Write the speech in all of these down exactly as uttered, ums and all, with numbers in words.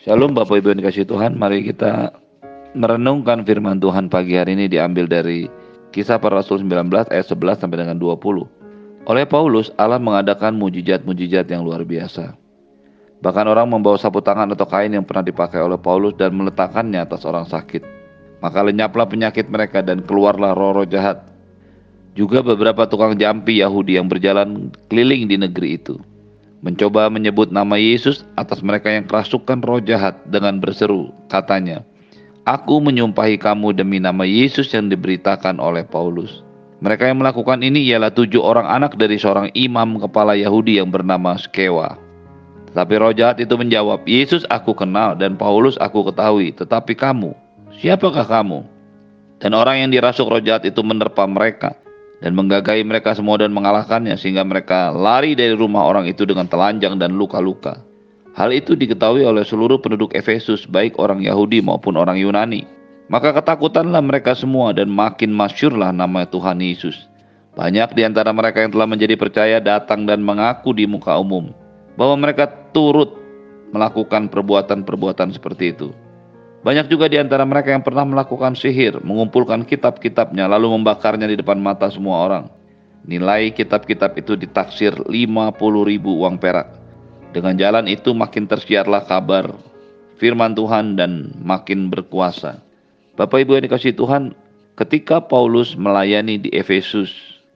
Shalom Bapak Ibu yang dikasihi Tuhan, mari kita merenungkan firman Tuhan pagi hari ini diambil dari Kisah Para Rasul sembilan belas ayat sebelas sampai dengan dua puluh. Oleh Paulus, Allah mengadakan mujizat-mujizat yang luar biasa. Bahkan orang membawa sapu tangan atau kain yang pernah dipakai oleh Paulus dan meletakkannya atas orang sakit. Maka lenyaplah penyakit mereka dan keluarlah roh-roh jahat. Juga beberapa tukang jampi Yahudi yang berjalan keliling di negeri itu mencoba menyebut nama Yesus atas mereka yang kerasukan roh jahat dengan berseru, katanya, "Aku menyumpahi kamu demi nama Yesus yang diberitakan oleh Paulus." Mereka yang melakukan ini ialah tujuh orang anak dari seorang imam kepala Yahudi yang bernama Skewa. Tetapi roh jahat itu menjawab, "Yesus aku kenal dan Paulus aku ketahui, tetapi kamu, siapakah kamu?" Dan orang yang dirasuk roh jahat itu menerpa mereka dan menggagahi mereka semua dan mengalahkannya, sehingga mereka lari dari rumah orang itu dengan telanjang dan luka-luka. Hal itu diketahui oleh seluruh penduduk Efesus, baik orang Yahudi maupun orang Yunani. Maka ketakutanlah mereka semua dan makin masyhurlah nama Tuhan Yesus. Banyak di antara mereka yang telah menjadi percaya datang dan mengaku di muka umum bahwa mereka turut melakukan perbuatan-perbuatan seperti itu. Banyak juga di antara mereka yang pernah melakukan sihir, mengumpulkan kitab-kitabnya lalu membakarnya di depan mata semua orang. Nilai kitab-kitab itu ditaksir lima puluh ribu uang perak. Dengan jalan itu makin tersiarlah kabar firman Tuhan dan makin berkuasa. Bapak Ibu yang dikasihi Tuhan, ketika Paulus melayani di Efesus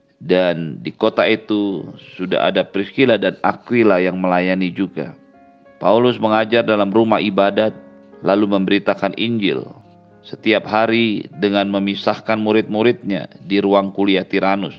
dan di kota itu sudah ada Priscilla dan Aquila yang melayani juga. Paulus mengajar dalam rumah ibadat lalu memberitakan Injil setiap hari dengan memisahkan murid-muridnya di ruang kuliah Tiranus.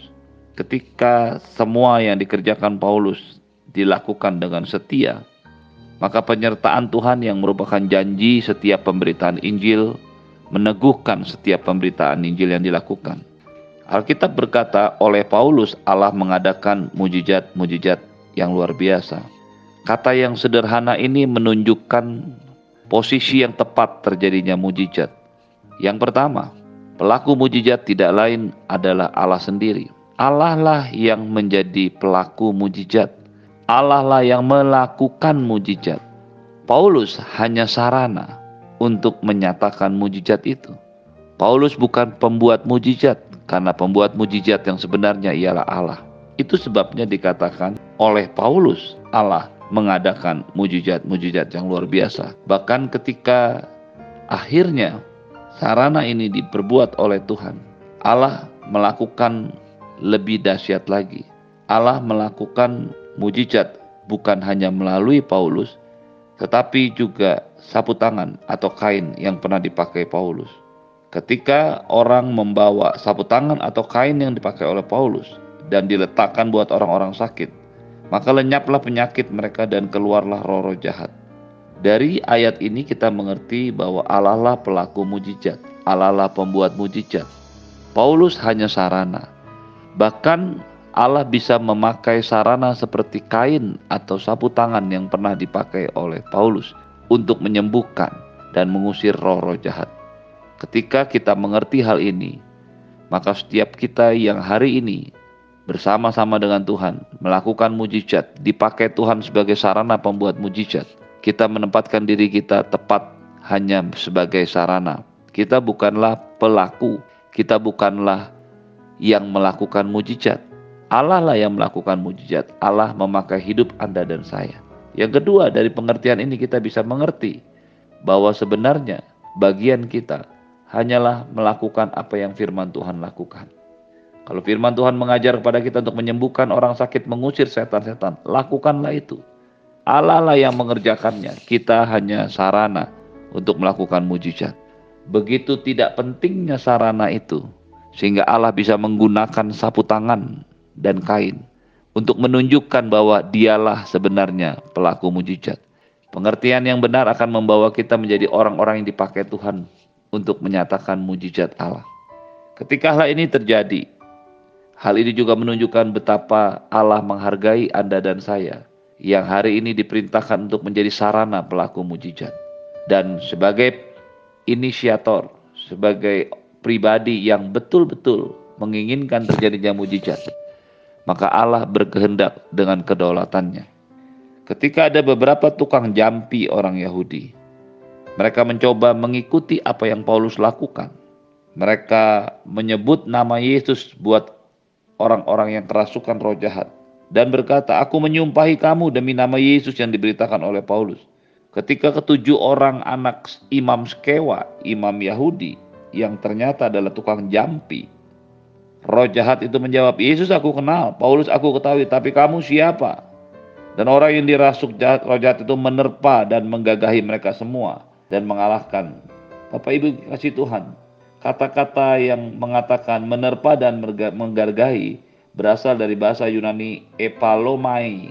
Ketika semua yang dikerjakan Paulus dilakukan dengan setia, maka penyertaan Tuhan yang merupakan janji setiap pemberitaan Injil meneguhkan setiap pemberitaan Injil yang dilakukan. Alkitab berkata, oleh Paulus Allah mengadakan mujizat-mujizat yang luar biasa. Kata yang sederhana ini menunjukkan posisi yang tepat terjadinya mujizat. Yang pertama, pelaku mujizat tidak lain adalah Allah sendiri. Allah lah yang menjadi pelaku mujizat. Allah lah yang melakukan mujizat. Paulus hanya sarana untuk menyatakan mujizat itu. Paulus bukan pembuat mujizat, karena pembuat mujizat yang sebenarnya ialah Allah. Itu sebabnya dikatakan oleh Paulus Allah mengadakan mujizat-mujizat yang luar biasa. Bahkan ketika akhirnya sarana ini diperbuat oleh Tuhan, Allah melakukan lebih dahsyat lagi. Allah melakukan mujizat bukan hanya melalui Paulus, tetapi juga sapu tangan atau kain yang pernah dipakai Paulus. Ketika orang membawa sapu tangan atau kain yang dipakai oleh Paulus dan diletakkan buat orang-orang sakit, maka lenyaplah penyakit mereka dan keluarlah roh-roh jahat. Dari ayat ini kita mengerti bahwa Allah lah pelaku mujizat, Allah lah pembuat mujizat. Paulus hanya sarana. Bahkan Allah bisa memakai sarana seperti kain atau sapu tangan yang pernah dipakai oleh Paulus untuk menyembuhkan dan mengusir roh-roh jahat. Ketika kita mengerti hal ini, maka setiap kita yang hari ini bersama-sama dengan Tuhan melakukan mujizat, dipakai Tuhan sebagai sarana pembuat mujizat, kita menempatkan diri kita tepat hanya sebagai sarana. Kita bukanlah pelaku, kita bukanlah yang melakukan mujizat. Allah lah yang melakukan mujizat. Allah memakai hidup Anda dan saya. Yang kedua, dari pengertian ini kita bisa mengerti bahwa sebenarnya bagian kita hanyalah melakukan apa yang firman Tuhan lakukan. Kalau firman Tuhan mengajar kepada kita untuk menyembuhkan orang sakit, mengusir setan-setan, lakukanlah itu. Allah lah yang mengerjakannya. Kita hanya sarana untuk melakukan mujizat. Begitu tidak pentingnya sarana itu, sehingga Allah bisa menggunakan sapu tangan dan kain untuk menunjukkan bahwa dialah sebenarnya pelaku mujizat. Pengertian yang benar akan membawa kita menjadi orang-orang yang dipakai Tuhan untuk menyatakan mujizat Allah. Ketika hal ini terjadi, hal ini juga menunjukkan betapa Allah menghargai Anda dan saya yang hari ini diperintahkan untuk menjadi sarana pelaku mujizat. Dan sebagai inisiator, sebagai pribadi yang betul-betul menginginkan terjadinya mujizat, maka Allah berkehendak dengan kedaulatannya. Ketika ada beberapa tukang jampi orang Yahudi Mereka mencoba mengikuti apa yang Paulus lakukan. Mereka menyebut nama Yesus buat orang-orang yang kerasukan roh jahat dan berkata, "Aku menyumpahi kamu demi nama Yesus yang diberitakan oleh Paulus." Ketika ketujuh orang anak imam Skewa, imam Yahudi, yang ternyata adalah tukang jampi, roh jahat itu menjawab, "Yesus aku kenal, Paulus aku ketahui, tapi kamu siapa?" Dan orang yang dirasuk jahat, roh jahat itu menerpa dan menggagahi mereka semua dan mengalahkan. Bapak Ibu kasih Tuhan, kata-kata yang mengatakan menerpa dan menggargahi berasal dari bahasa Yunani epalomai.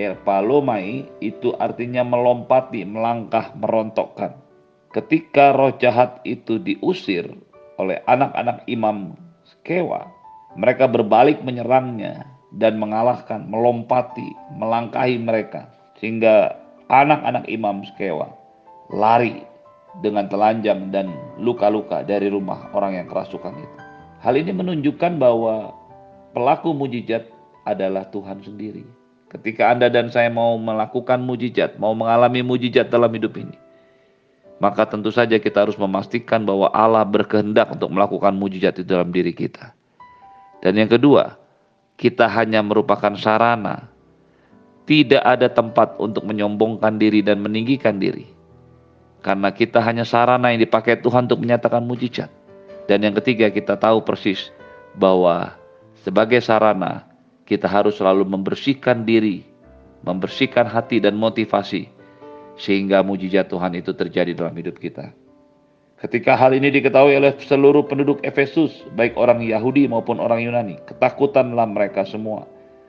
Epalomai itu artinya melompati, melangkah, merontokkan. Ketika roh jahat itu diusir oleh anak-anak imam Skewa, mereka berbalik menyerangnya dan mengalahkan, melompati, melangkahi mereka. Sehingga anak-anak imam Skewa lari dengan telanjang dan luka-luka dari rumah orang yang kerasukan itu. Hal ini menunjukkan bahwa pelaku mujizat adalah Tuhan sendiri. Ketika Anda dan saya mau melakukan mujizat, mau mengalami mujizat dalam hidup ini, maka tentu saja kita harus memastikan bahwa Allah berkehendak untuk melakukan mujizat itu dalam diri kita. Dan yang kedua, kita hanya merupakan sarana. Tidak ada tempat untuk menyombongkan diri dan meninggikan diri. Karena kita hanya sarana yang dipakai Tuhan untuk menyatakan mujizat. Dan yang ketiga, kita tahu persis bahwa sebagai sarana, kita harus selalu membersihkan diri, membersihkan hati dan motivasi, sehingga mujizat Tuhan itu terjadi dalam hidup kita. Ketika hal ini diketahui oleh seluruh penduduk Efesus, baik orang Yahudi maupun orang Yunani, ketakutanlah mereka semua.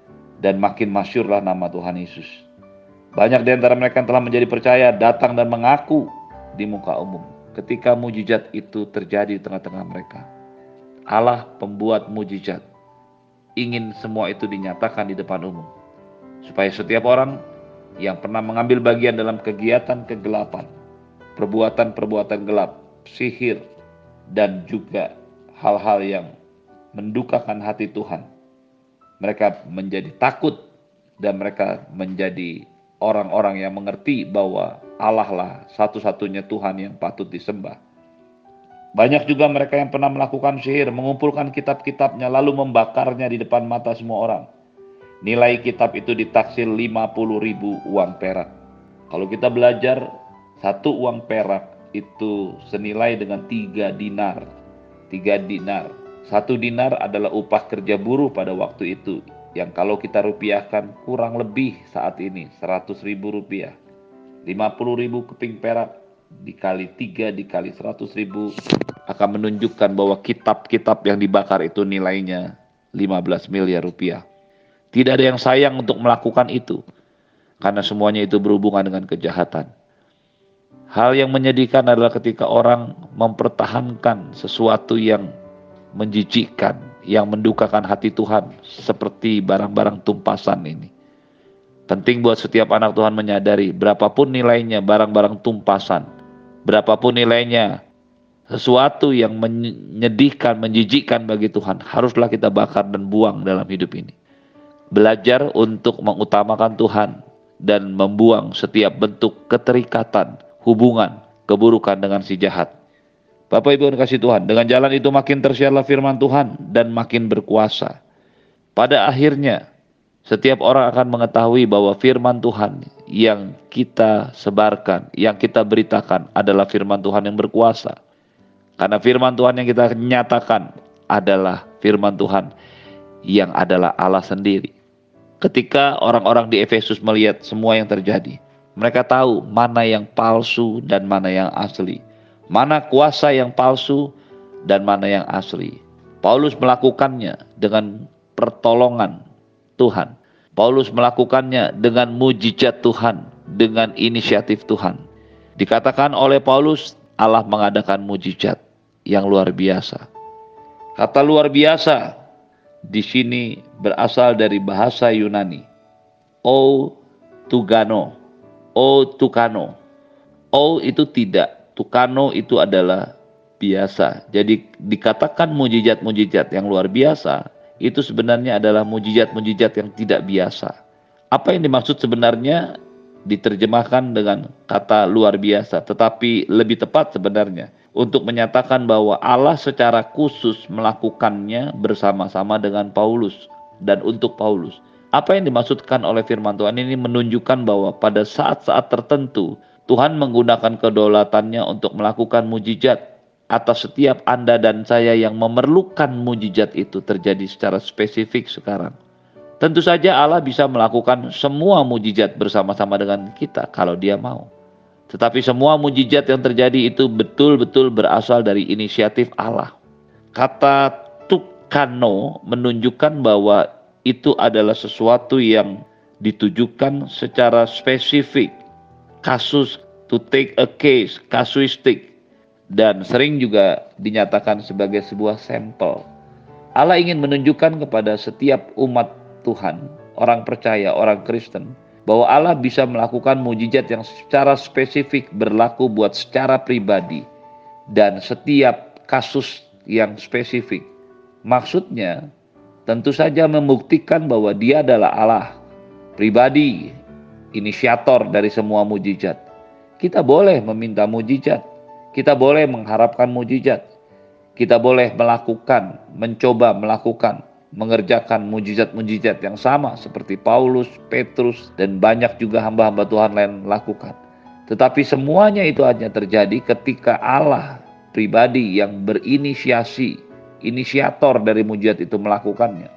Dan makin masyurlah nama Tuhan Yesus. Banyak di antara mereka yang telah menjadi percaya datang dan mengaku di muka umum ketika mujizat itu terjadi di tengah-tengah mereka. Allah pembuat mujizat ingin semua itu dinyatakan di depan umum, supaya setiap orang yang pernah mengambil bagian dalam kegiatan kegelapan, perbuatan-perbuatan gelap, sihir, dan juga hal-hal yang mendukakan hati Tuhan, mereka menjadi takut dan mereka menjadi orang-orang yang mengerti bahwa Allah lah satu-satunya Tuhan yang patut disembah. Banyak juga mereka yang pernah melakukan sihir, mengumpulkan kitab-kitabnya lalu membakarnya di depan mata semua orang. Nilai kitab itu ditaksir lima puluh ribu uang perak. Kalau kita belajar, satu uang perak itu senilai dengan tiga dinar. Tiga dinar. Satu dinar adalah upah kerja buruh pada waktu itu, yang kalau kita rupiahkan kurang lebih saat ini seratus ribu rupiah. lima puluh ribu keping perak dikali tiga dikali seratus ribu akan menunjukkan bahwa kitab-kitab yang dibakar itu nilainya lima belas miliar rupiah. Tidak ada yang sayang untuk melakukan itu, karena semuanya itu berhubungan dengan kejahatan. Hal yang menyedihkan adalah ketika orang mempertahankan sesuatu yang menjijikkan, yang mendukakan hati Tuhan, seperti barang-barang tumpasan ini. Penting buat setiap anak Tuhan menyadari, berapapun nilainya barang-barang tumpasan, berapapun nilainya sesuatu yang menyedihkan, menjijikkan bagi Tuhan, haruslah kita bakar dan buang dalam hidup ini. Belajar untuk mengutamakan Tuhan dan membuang setiap bentuk keterikatan, hubungan, keburukan dengan si jahat. Bapak Ibu yang kasih Tuhan, dengan jalan itu makin tersiarlah firman Tuhan dan makin berkuasa. Pada akhirnya, setiap orang akan mengetahui bahwa firman Tuhan yang kita sebarkan, yang kita beritakan adalah firman Tuhan yang berkuasa. Karena firman Tuhan yang kita nyatakan adalah firman Tuhan yang adalah Allah sendiri. Ketika orang-orang di Efesus melihat semua yang terjadi, mereka tahu mana yang palsu dan mana yang asli. Mana kuasa yang palsu dan mana yang asli. Paulus melakukannya dengan pertolongan Tuhan. Paulus melakukannya dengan mujizat Tuhan, dengan inisiatif Tuhan. Dikatakan oleh Paulus, Allah mengadakan mujizat yang luar biasa. Kata luar biasa di sini berasal dari bahasa Yunani. O tugano. O tukano. O itu tidak. Tukano itu adalah biasa. Jadi dikatakan mujizat-mujizat yang luar biasa, itu sebenarnya adalah mujizat-mujizat yang tidak biasa. Apa yang dimaksud sebenarnya diterjemahkan dengan kata luar biasa, tetapi lebih tepat sebenarnya untuk menyatakan bahwa Allah secara khusus melakukannya bersama-sama dengan Paulus dan untuk Paulus. Apa yang dimaksudkan oleh firman Tuhan ini menunjukkan bahwa pada saat-saat tertentu Tuhan menggunakan kedaulatannya untuk melakukan mujizat atas setiap Anda dan saya yang memerlukan mujizat itu terjadi secara spesifik sekarang. Tentu saja Allah bisa melakukan semua mujizat bersama-sama dengan kita kalau Dia mau. Tetapi semua mujizat yang terjadi itu betul-betul berasal dari inisiatif Allah. Kata tukano menunjukkan bahwa itu adalah sesuatu yang ditujukan secara spesifik. Kasus, to take a case, kasuistik. Dan sering juga dinyatakan sebagai sebuah sampel. Allah ingin menunjukkan kepada setiap umat Tuhan, orang percaya, orang Kristen, bahwa Allah bisa melakukan mujizat yang secara spesifik berlaku buat secara pribadi dan setiap kasus yang spesifik. Maksudnya tentu saja membuktikan bahwa Dia adalah Allah pribadi, inisiator dari semua mujizat. Kita boleh meminta mujizat, kita boleh mengharapkan mujizat, kita boleh melakukan, mencoba melakukan, mengerjakan mujizat-mujizat yang sama seperti Paulus, Petrus, dan banyak juga hamba-hamba Tuhan lain lakukan. Tetapi semuanya itu hanya terjadi ketika Allah pribadi yang berinisiasi, inisiator dari mujizat itu melakukannya.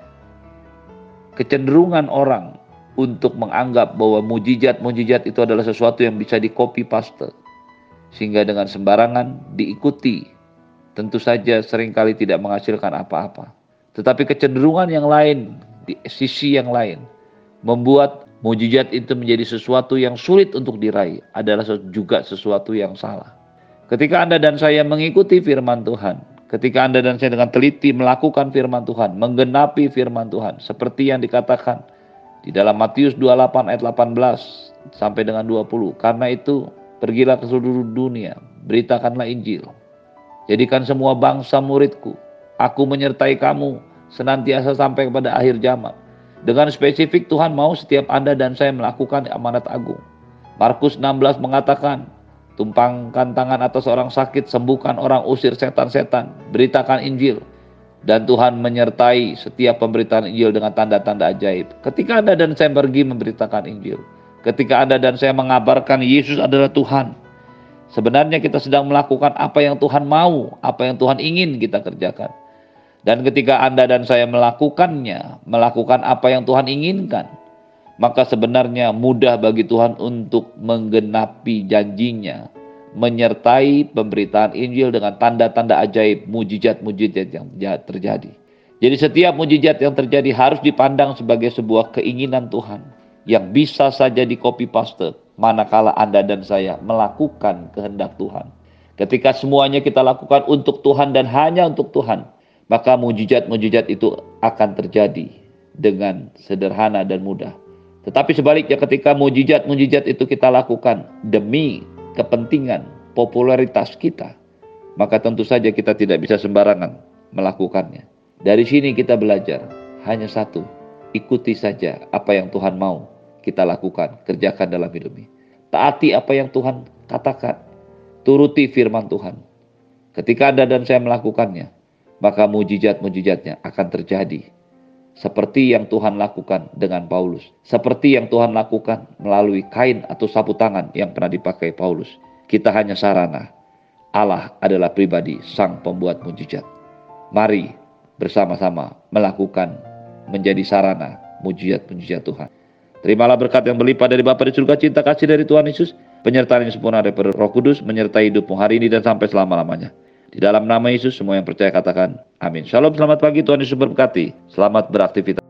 Kecenderungan orang untuk menganggap bahwa mujizat-mujizat itu adalah sesuatu yang bisa di copy paste, sehingga dengan sembarangan diikuti, tentu saja seringkali tidak menghasilkan apa-apa. Tetapi kecenderungan yang lain, di sisi yang lain, membuat mujizat itu menjadi sesuatu yang sulit untuk diraih, adalah juga sesuatu yang salah. Ketika Anda dan saya mengikuti firman Tuhan, ketika Anda dan saya dengan teliti melakukan firman Tuhan, menggenapi firman Tuhan, seperti yang dikatakan di dalam Matius dua puluh delapan ayat delapan belas sampai dengan dua puluh. Karena itu, pergilah ke seluruh dunia, beritakanlah Injil. Jadikan semua bangsa muridku. Aku menyertai kamu senantiasa sampai kepada akhir zaman. Dengan spesifik Tuhan mau setiap Anda dan saya melakukan amanat agung. Markus enam belas mengatakan, tumpangkan tangan atas orang sakit, sembuhkan orang, usir setan-setan, beritakan Injil. Dan Tuhan menyertai setiap pemberitaan Injil dengan tanda-tanda ajaib. Ketika Anda dan saya pergi memberitakan Injil, ketika Anda dan saya mengabarkan Yesus adalah Tuhan, sebenarnya kita sedang melakukan apa yang Tuhan mau, apa yang Tuhan ingin kita kerjakan. Dan ketika Anda dan saya melakukannya, melakukan apa yang Tuhan inginkan, maka sebenarnya mudah bagi Tuhan untuk menggenapi janjinya, menyertai pemberitaan Injil dengan tanda-tanda ajaib, mujizat-mujizat yang terjadi. Jadi setiap mujizat yang terjadi harus dipandang sebagai sebuah keinginan Tuhan yang bisa saja di copy paste manakala Anda dan saya melakukan kehendak Tuhan. Ketika semuanya kita lakukan untuk Tuhan dan hanya untuk Tuhan, maka mujizat-mujizat itu akan terjadi dengan sederhana dan mudah. Tetapi sebaliknya, ketika mujizat-mujizat itu kita lakukan demi kepentingan popularitas kita, maka tentu saja kita tidak bisa sembarangan melakukannya. Dari sini kita belajar hanya satu, ikuti saja apa yang Tuhan mau kita lakukan, kerjakan dalam hidup ini. Taati apa yang Tuhan katakan, turuti firman Tuhan. Ketika Anda dan saya melakukannya, maka mujizat-mujizatnya akan terjadi. Seperti yang Tuhan lakukan dengan Paulus. Seperti yang Tuhan lakukan melalui kain atau sapu tangan yang pernah dipakai Paulus. Kita hanya sarana. Allah adalah pribadi sang pembuat mujizat. Mari bersama-sama melakukan menjadi sarana mujizat-mujizat Tuhan. Terimalah berkat yang berlimpah dari Bapa di surga, cinta kasih dari Tuhan Yesus, penyertaan yang sempurna dari Roh Kudus menyertai hidupmu hari ini dan sampai selama-lamanya. Di dalam nama Yesus, semua yang percaya katakan amin. Shalom, selamat pagi, Tuhan Yesus berkati. Selamat beraktivitas.